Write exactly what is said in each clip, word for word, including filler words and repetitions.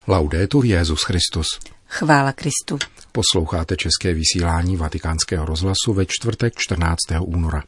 Laudetur Jesus Christus. Chvála Kristu. Posloucháte české vysílání Vatikánského rozhlasu ve čtvrtek čtrnáctého února.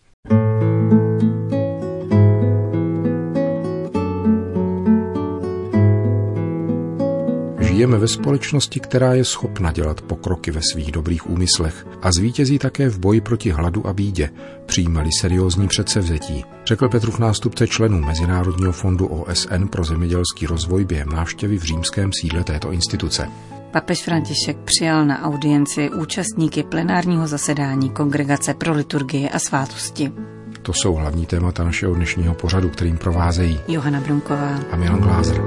Žijeme ve společnosti, která je schopna dělat pokroky ve svých dobrých úmyslech a zvítězí také v boji proti hladu a bídě, přijímali seriózní předsevzetí, řekl Petrův nástupce členů Mezinárodního fondu O S N pro zemědělský rozvoj během návštěvy v římském sídle této instituce. Papež František přijal na audienci účastníky plenárního zasedání Kongregace pro liturgii a svátosti. To jsou hlavní témata našeho dnešního pořadu, kterým provázejí Johana Brunková a Milan Glázer.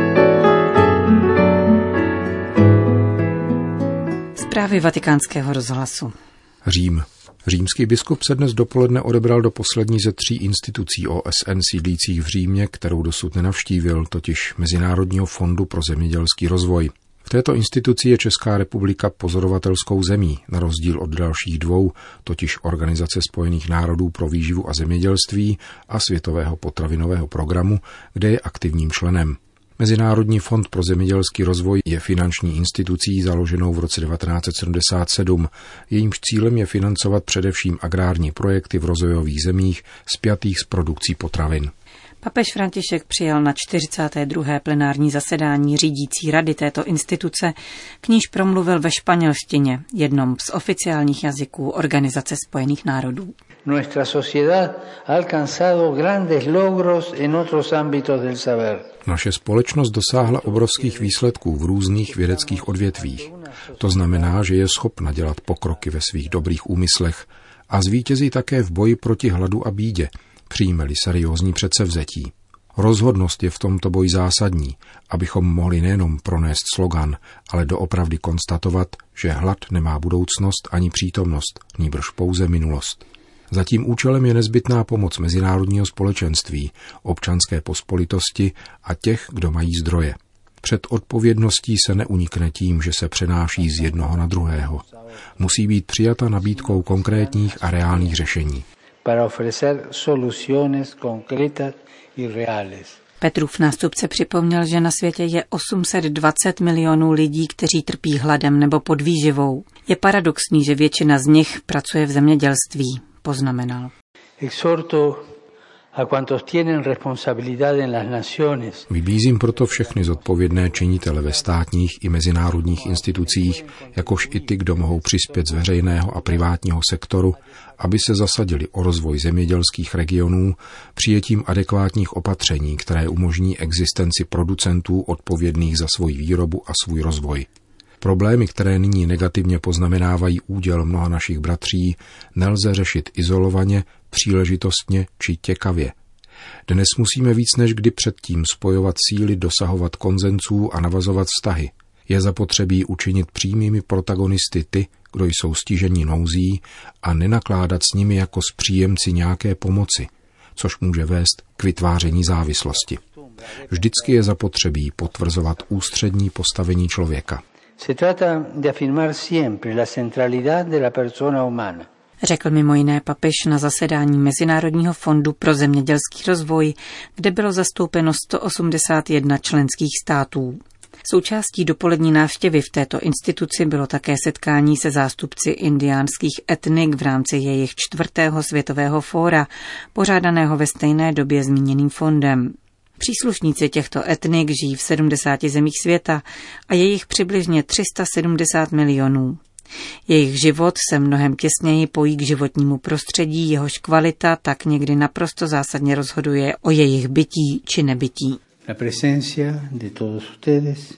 Zprávy Vatikánského rozhlasu. Řím. Římský biskup se dnes dopoledne odebral do poslední ze tří institucí O S N sídlících v Římě, kterou dosud nenavštívil, totiž Mezinárodního fondu pro zemědělský rozvoj. V této instituci je Česká republika pozorovatelskou zemí, na rozdíl od dalších dvou, totiž Organizace spojených národů pro výživu a zemědělství a Světového potravinového programu, kde je aktivním členem. Mezinárodní fond pro zemědělský rozvoj je finanční institucí založenou v roce devatenáct set sedmdesát sedm. Jejímž cílem je financovat především agrární projekty v rozvojových zemích spjatých s produkcí potravin. Papež František přijal na čtyřicáté druhé plenární zasedání řídící rady této instituce, k níž promluvil ve španělštině, jednom z oficiálních jazyků Organizace spojených národů. Nuestra sociedad ha alcanzado grandes logros en otros ámbitos del saber. Naše společnost dosáhla obrovských výsledků v různých vědeckých odvětvích. To znamená, že je schopna dělat pokroky ve svých dobrých úmyslech a zvítězí také v boji proti hladu a bídě, přijme-li seriózní předsevzetí. Rozhodnost je v tomto boji zásadní, abychom mohli nejenom pronést slogan, ale doopravdy konstatovat, že hlad nemá budoucnost ani přítomnost, nýbrž pouze minulost. Za tím účelem je nezbytná pomoc mezinárodního společenství, občanské pospolitosti a těch, kdo mají zdroje. Před odpovědností se neunikne tím, že se přenáší z jednoho na druhého. Musí být přijata nabídkou konkrétních a reálných řešení. Para ofrecer soluciones concretas y reales. Petrův nástupce připomněl, že na světě je osm set dvacet milionů lidí, kteří trpí hladem nebo podvýživou. Je paradoxní, že většina z nich pracuje v zemědělství, poznamenal. Exhorto a cuantos tienen responsabilidad en las naciones. Vybízím proto všechny zodpovědné činitele ve státních i mezinárodních institucích, jakož i ty, kdo mohou přispět z veřejného a privátního sektoru, aby se zasadili o rozvoj zemědělských regionů přijetím adekvátních opatření, které umožní existenci producentů odpovědných za svoji výrobu a svůj rozvoj. Problémy, které nyní negativně poznamenávají úděl mnoha našich bratří, nelze řešit izolovaně, příležitostně či těkavě. Dnes musíme víc než kdy předtím spojovat síly, dosahovat konzenzů a navazovat vztahy. Je zapotřebí učinit přímými protagonisty ty, kdo jsou stiženi nouzí, a nenakládat s nimi jako s příjemci nějaké pomoci, což může vést k vytváření závislosti. Vždycky je zapotřebí potvrzovat ústřední postavení člověka. Se trata de afirmar siempre la centralidad de la persona humana. Řekl mimo jiné papež na zasedání Mezinárodního fondu pro zemědělský rozvoj, kde bylo zastoupeno sto osmdesát jedna členských států. Součástí dopolední návštěvy v této instituci bylo také setkání se zástupci indiánských etnik v rámci jejich čtvrtého světového fóra, pořádaného ve stejné době zmíněným fondem. Příslušníci těchto etnik žijí v sedmdesáti zemích světa a je jich přibližně tři sta sedmdesát milionů. Jejich život se mnohem těsněji pojí k životnímu prostředí, jehož kvalita tak někdy naprosto zásadně rozhoduje o jejich bytí či nebytí. La presencia de todos ustedes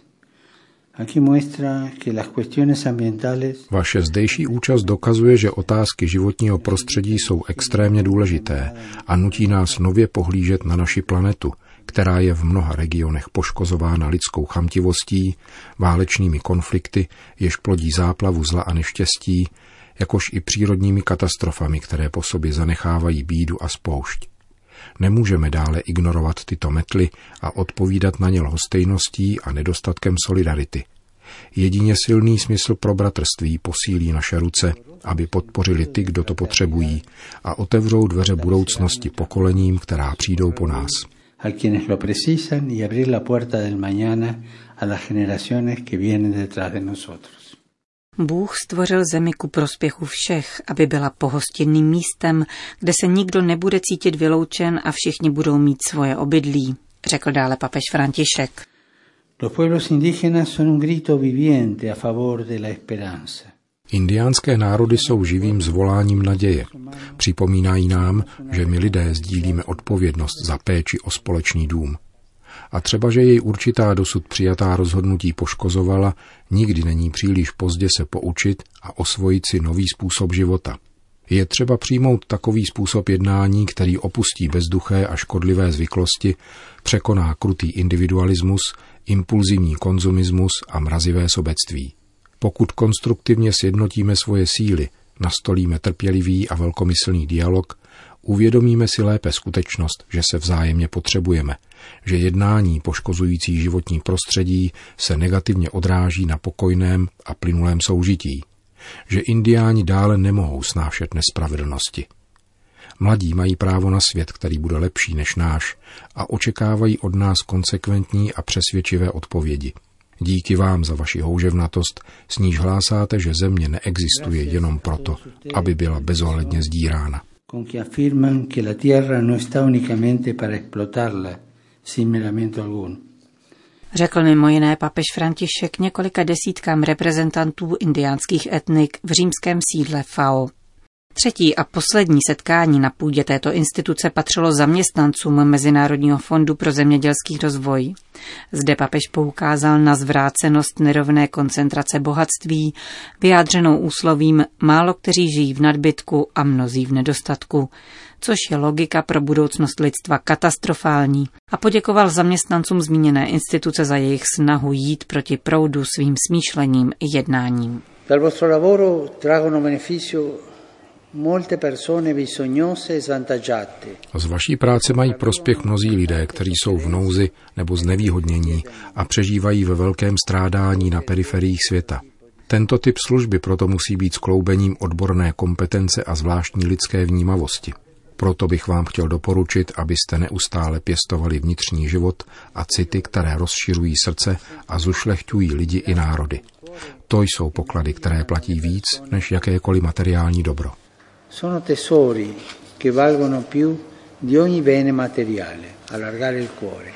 aquí muestra que las cuestiones ambientales. Vaše zdejší účast dokazuje, že otázky životního prostředí jsou extrémně důležité a nutí nás nově pohlížet na naši planetu, která je v mnoha regionech poškozována lidskou chamtivostí, válečnými konflikty, jež plodí záplavu zla a neštěstí, jakož i přírodními katastrofami, které po sobě zanechávají bídu a spoušť. Nemůžeme dále ignorovat tyto metly a odpovídat na ně lhostejností a nedostatkem solidarity. Jedině silný smysl pro bratrství posílí naše ruce, aby podpořili ty, kdo to potřebují, a otevřou dveře budoucnosti pokolením, která přijdou po nás. a quienes lo precisan y abrir la puerta del mañana a las generaciones que vienen detrás de nosotros. Bůh stvořil zemi ku prospěchu všech, aby byla pohostinným místem, kde se nikdo nebude cítit vyloučen a všichni budou mít svoje obydlí, řekl dále papež František. Los pueblos indígenas son un grito viviente a favor de la esperanza. Indiánské národy jsou živým zvoláním naděje. Připomínají nám, že my lidé sdílíme odpovědnost za péči o společný dům. A třeba, že jej určitá dosud přijatá rozhodnutí poškozovala, nikdy není příliš pozdě se poučit a osvojit si nový způsob života. Je třeba přijmout takový způsob jednání, který opustí bezduché a škodlivé zvyklosti, překoná krutý individualismus, impulzivní konzumismus a mrazivé sobectví. Pokud konstruktivně sjednotíme svoje síly, nastolíme trpělivý a velkomyslný dialog, uvědomíme si lépe skutečnost, že se vzájemně potřebujeme, že jednání poškozující životní prostředí se negativně odráží na pokojném a plynulém soužití, že indiáni dále nemohou snášet nespravedlnosti. Mladí mají právo na svět, který bude lepší než náš, a očekávají od nás konsekventní a přesvědčivé odpovědi. Díky vám za vaši houževnatost, s níž hlásáte, že země neexistuje jenom proto, aby byla bezohledně sdírána. Con que afirman que la tierra no está únicamente para explotarla sin miramiento alguno. Řekl mimo jiné papež František několika desítkám reprezentantů indiánských etnik v římském sídle F A O. Třetí a poslední setkání na půdě této instituce patřilo zaměstnancům Mezinárodního fondu pro zemědělský rozvoj. Zde papež poukázal na zvrácenost nerovné koncentrace bohatství, vyjádřenou úslovím málo kteří žijí v nadbytku a mnozí v nedostatku, což je logika pro budoucnost lidstva katastrofální, a poděkoval zaměstnancům zmíněné instituce za jejich snahu jít proti proudu svým smýšlením i jednáním. Dal vostro lavoro traggono beneficio molte persone bisognose e svantaggiate. Z vaší práce mají prospěch mnozí lidé, kteří jsou v nouzi nebo znevýhodnění a přežívají ve velkém strádání na periferiích světa. Tento typ služby proto musí být skloubením odborné kompetence a zvláštní lidské vnímavosti. Proto bych vám chtěl doporučit, abyste neustále pěstovali vnitřní život a city, které rozšiřují srdce a zušlechťují lidi i národy. To jsou poklady, které platí víc než jakékoliv materiální dobro. Sono tesori che valgono più di ogni bene materiale, allargare il cuore.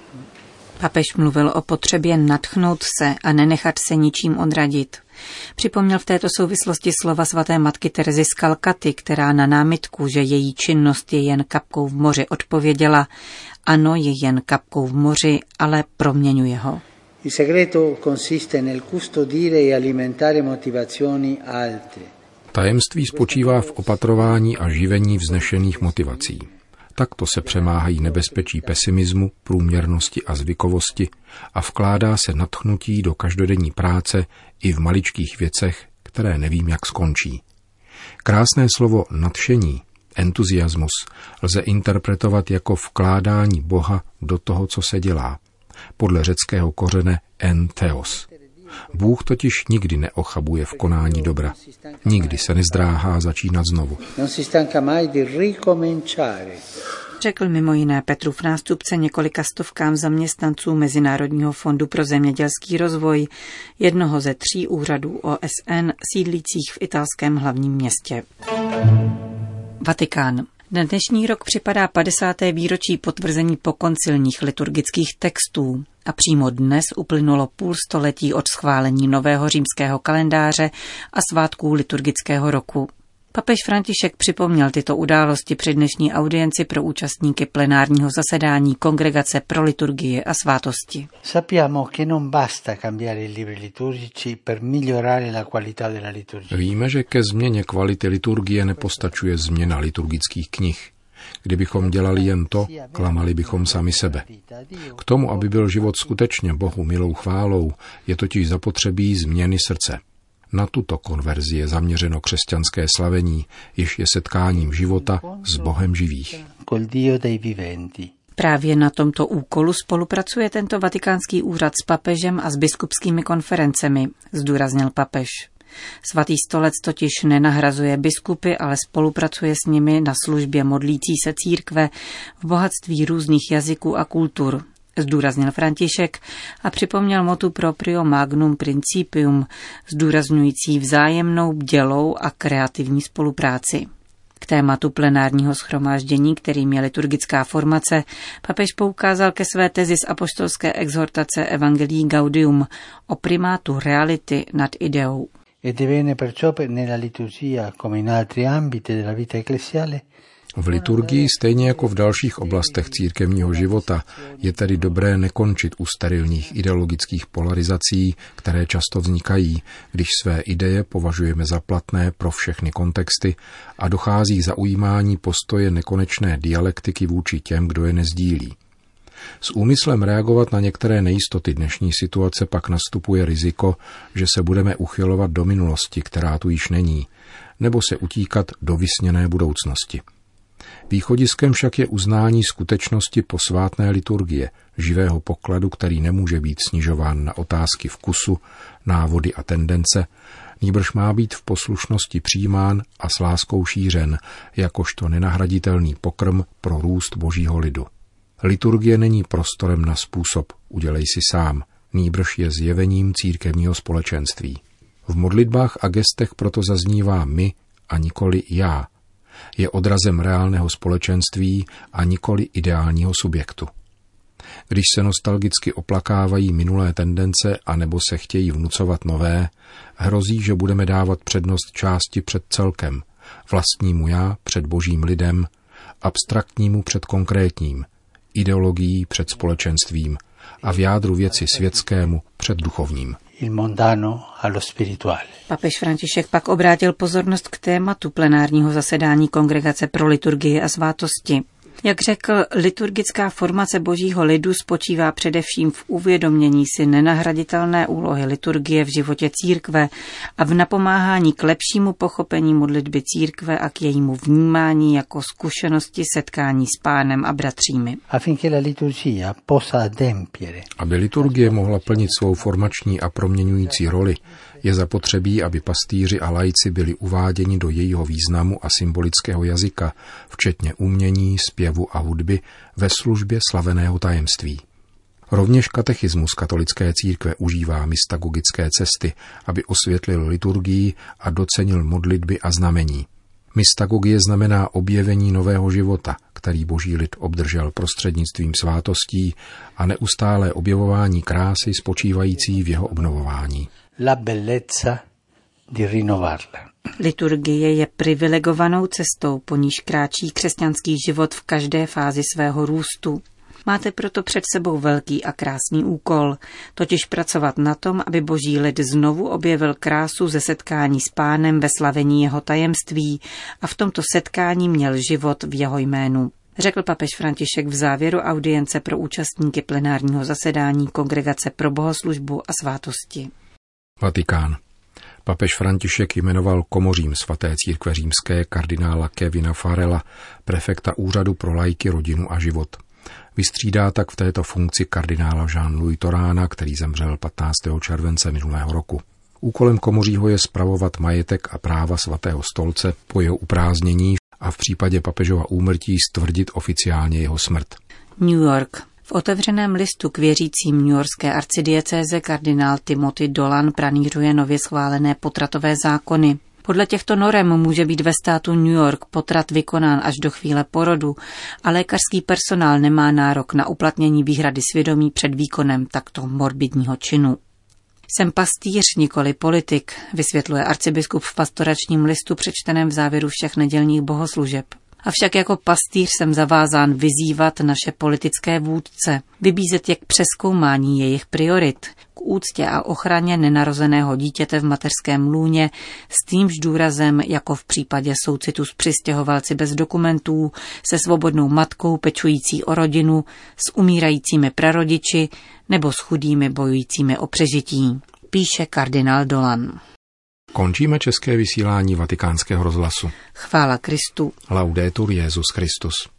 Papež mluvil o potřebě nadchnout se a nenechat se ničím odradit. Připomněl v této souvislosti slova svaté matky Terezy z Kalkaty, která na námitku, že její činnost je jen kapkou v moři, odpověděla: ano, je jen kapkou v moři, ale proměňuje ho. Il segreto consiste nel custodire e alimentare motivazioni alte. Tajemství spočívá v opatrování a živení vznešených motivací. Takto se přemáhají nebezpečí pesimismu, průměrnosti a zvykovosti a vkládá se nadchnutí do každodenní práce i v maličkých věcech, které nevím, jak skončí. Krásné slovo nadšení, entuziasmus, lze interpretovat jako vkládání Boha do toho, co se dělá. Podle řeckého kořene en theos. Bůh totiž nikdy neochabuje v konání dobra. Nikdy se nezdráhá začínat znovu. Řekl mimo jiné Petrův nástupce několika stovkám zaměstnanců Mezinárodního fondu pro zemědělský rozvoj, jednoho ze tří úřadů O S N sídlících v italském hlavním městě. Vatikán. Na dnešní rok připadá padesáté výročí potvrzení pokoncilních liturgických textů a přímo dnes uplynulo půl století od schválení nového římského kalendáře a svátků liturgického roku. Papež František připomněl tyto události při dnešní audienci pro účastníky plenárního zasedání Kongregace pro liturgii a svátosti. Sappiamo che non basta cambiare i libri liturgici per migliorare la qualità della liturgia. Víme, že ke změně kvality liturgie nepostačuje změna liturgických knih. Kdybychom dělali jen to, klamali bychom sami sebe. K tomu, aby byl život skutečně Bohu milou chválou, je totiž zapotřebí změny srdce. Na tuto konverzi je zaměřeno křesťanské slavení, jež je setkáním života s Bohem živých. Právě na tomto úkolu spolupracuje tento vatikánský úřad s papežem a s biskupskými konferencemi, zdůraznil papež. Svatý stolec totiž nenahrazuje biskupy, ale spolupracuje s nimi na službě modlící se církve v bohatství různých jazyků a kultur, zdůraznil František a připomněl motu proprio magnum principium, zdůrazňující vzájemnou bdělou a kreativní spolupráci. K tématu plenárního shromáždění, kterým je liturgická formace, papež poukázal ke své tezi z apoštolské exhortace Evangelii Gaudium o primátu reality nad ideou. V liturgii, stejně jako v dalších oblastech církevního života, je tedy dobré nekončit u sterilních ideologických polarizací, které často vznikají, když své ideje považujeme za platné pro všechny kontexty a dochází k zaujímání postoje nekonečné dialektiky vůči těm, kdo je nezdílí. S úmyslem reagovat na některé nejistoty dnešní situace pak nastupuje riziko, že se budeme uchylovat do minulosti, která tu již není, nebo se utíkat do vysněné budoucnosti. Východiskem však je uznání skutečnosti posvátné liturgie, živého pokladu, který nemůže být snižován na otázky vkusu, návody a tendence, nýbrž má být v poslušnosti přijímán a s láskou šířen, jakožto nenahraditelný pokrm pro růst božího lidu. Liturgie není prostorem na způsob udělej si sám, nýbrž je zjevením církevního společenství. V modlitbách a gestech proto zaznívá my a nikoli já. Je odrazem reálného společenství a nikoli ideálního subjektu. Když se nostalgicky oplakávají minulé tendence anebo se chtějí vnucovat nové, hrozí, že budeme dávat přednost části před celkem, vlastnímu já před božím lidem, abstraktnímu před konkrétním, ideologií před společenstvím a v jádru věci světskému před duchovním. Papež František pak obrátil pozornost k tématu plenárního zasedání Kongregace pro liturgii a svátosti. Jak řekl, liturgická formace božího lidu spočívá především v uvědomění si nenahraditelné úlohy liturgie v životě církve a v napomáhání k lepšímu pochopení modlitby církve a k jejímu vnímání jako zkušenosti setkání s Pánem a bratřími. Aby liturgie mohla plnit svou formační a proměňující roli, je zapotřebí, aby pastýři a laici byli uváděni do jejího významu a symbolického jazyka, včetně umění, zpěvu a hudby, ve službě slaveného tajemství. Rovněž katechismus katolické církve užívá mystagogické cesty, aby osvětlil liturgii a docenil modlitby a znamení. Mystagogie znamená objevení nového života, který boží lid obdržel prostřednictvím svátostí a neustálé objevování krásy spočívající v jeho obnovování. La bellezza di rinnovarla. Liturgie je privilegovanou cestou, po níž kráčí křesťanský život v každé fázi svého růstu. Máte proto před sebou velký a krásný úkol, totiž pracovat na tom, aby boží lid znovu objevil krásu ze setkání s Pánem ve slavení jeho tajemství a v tomto setkání měl život v jeho jménu, řekl papež František v závěru audience pro účastníky plenárního zasedání Kongregace pro bohoslužbu a svátosti. Vatikán. Papež František jmenoval komořím svaté církve římské kardinála Kevina Farrella, prefekta úřadu pro laiky, rodinu a život. Vystřídá tak v této funkci kardinála Jean-Louis Torána, který zemřel patnáctého července minulého roku. Úkolem komořího je spravovat majetek a práva svatého stolce po jeho uprázdnění a v případě papežova úmrtí stvrdit oficiálně jeho smrt. New York. V otevřeném listu k věřícím newyorské arcidiecéze kardinál Timothy Dolan pranířuje nově schválené potratové zákony. Podle těchto norem může být ve státu New York potrat vykonán až do chvíle porodu a lékařský personál nemá nárok na uplatnění výhrady svědomí před výkonem takto morbidního činu. Jsem pastýř, nikoli politik, vysvětluje arcibiskup v pastoračním listu přečteném v závěru všech nedělních bohoslužeb. Avšak jako pastýř jsem zavázán vyzývat naše politické vůdce, vybízet je k přezkoumání jejich priorit, k úctě a ochraně nenarozeného dítěte v mateřském lůně s týmž důrazem, jako v případě soucitu s přistěhovalci bez dokumentů, se svobodnou matkou pečující o rodinu, s umírajícími prarodiči nebo s chudými bojujícími o přežití, píše kardinál Dolan. Končíme české vysílání Vatikánského rozhlasu. Chvála Kristu. Laudetur Jesus Christus.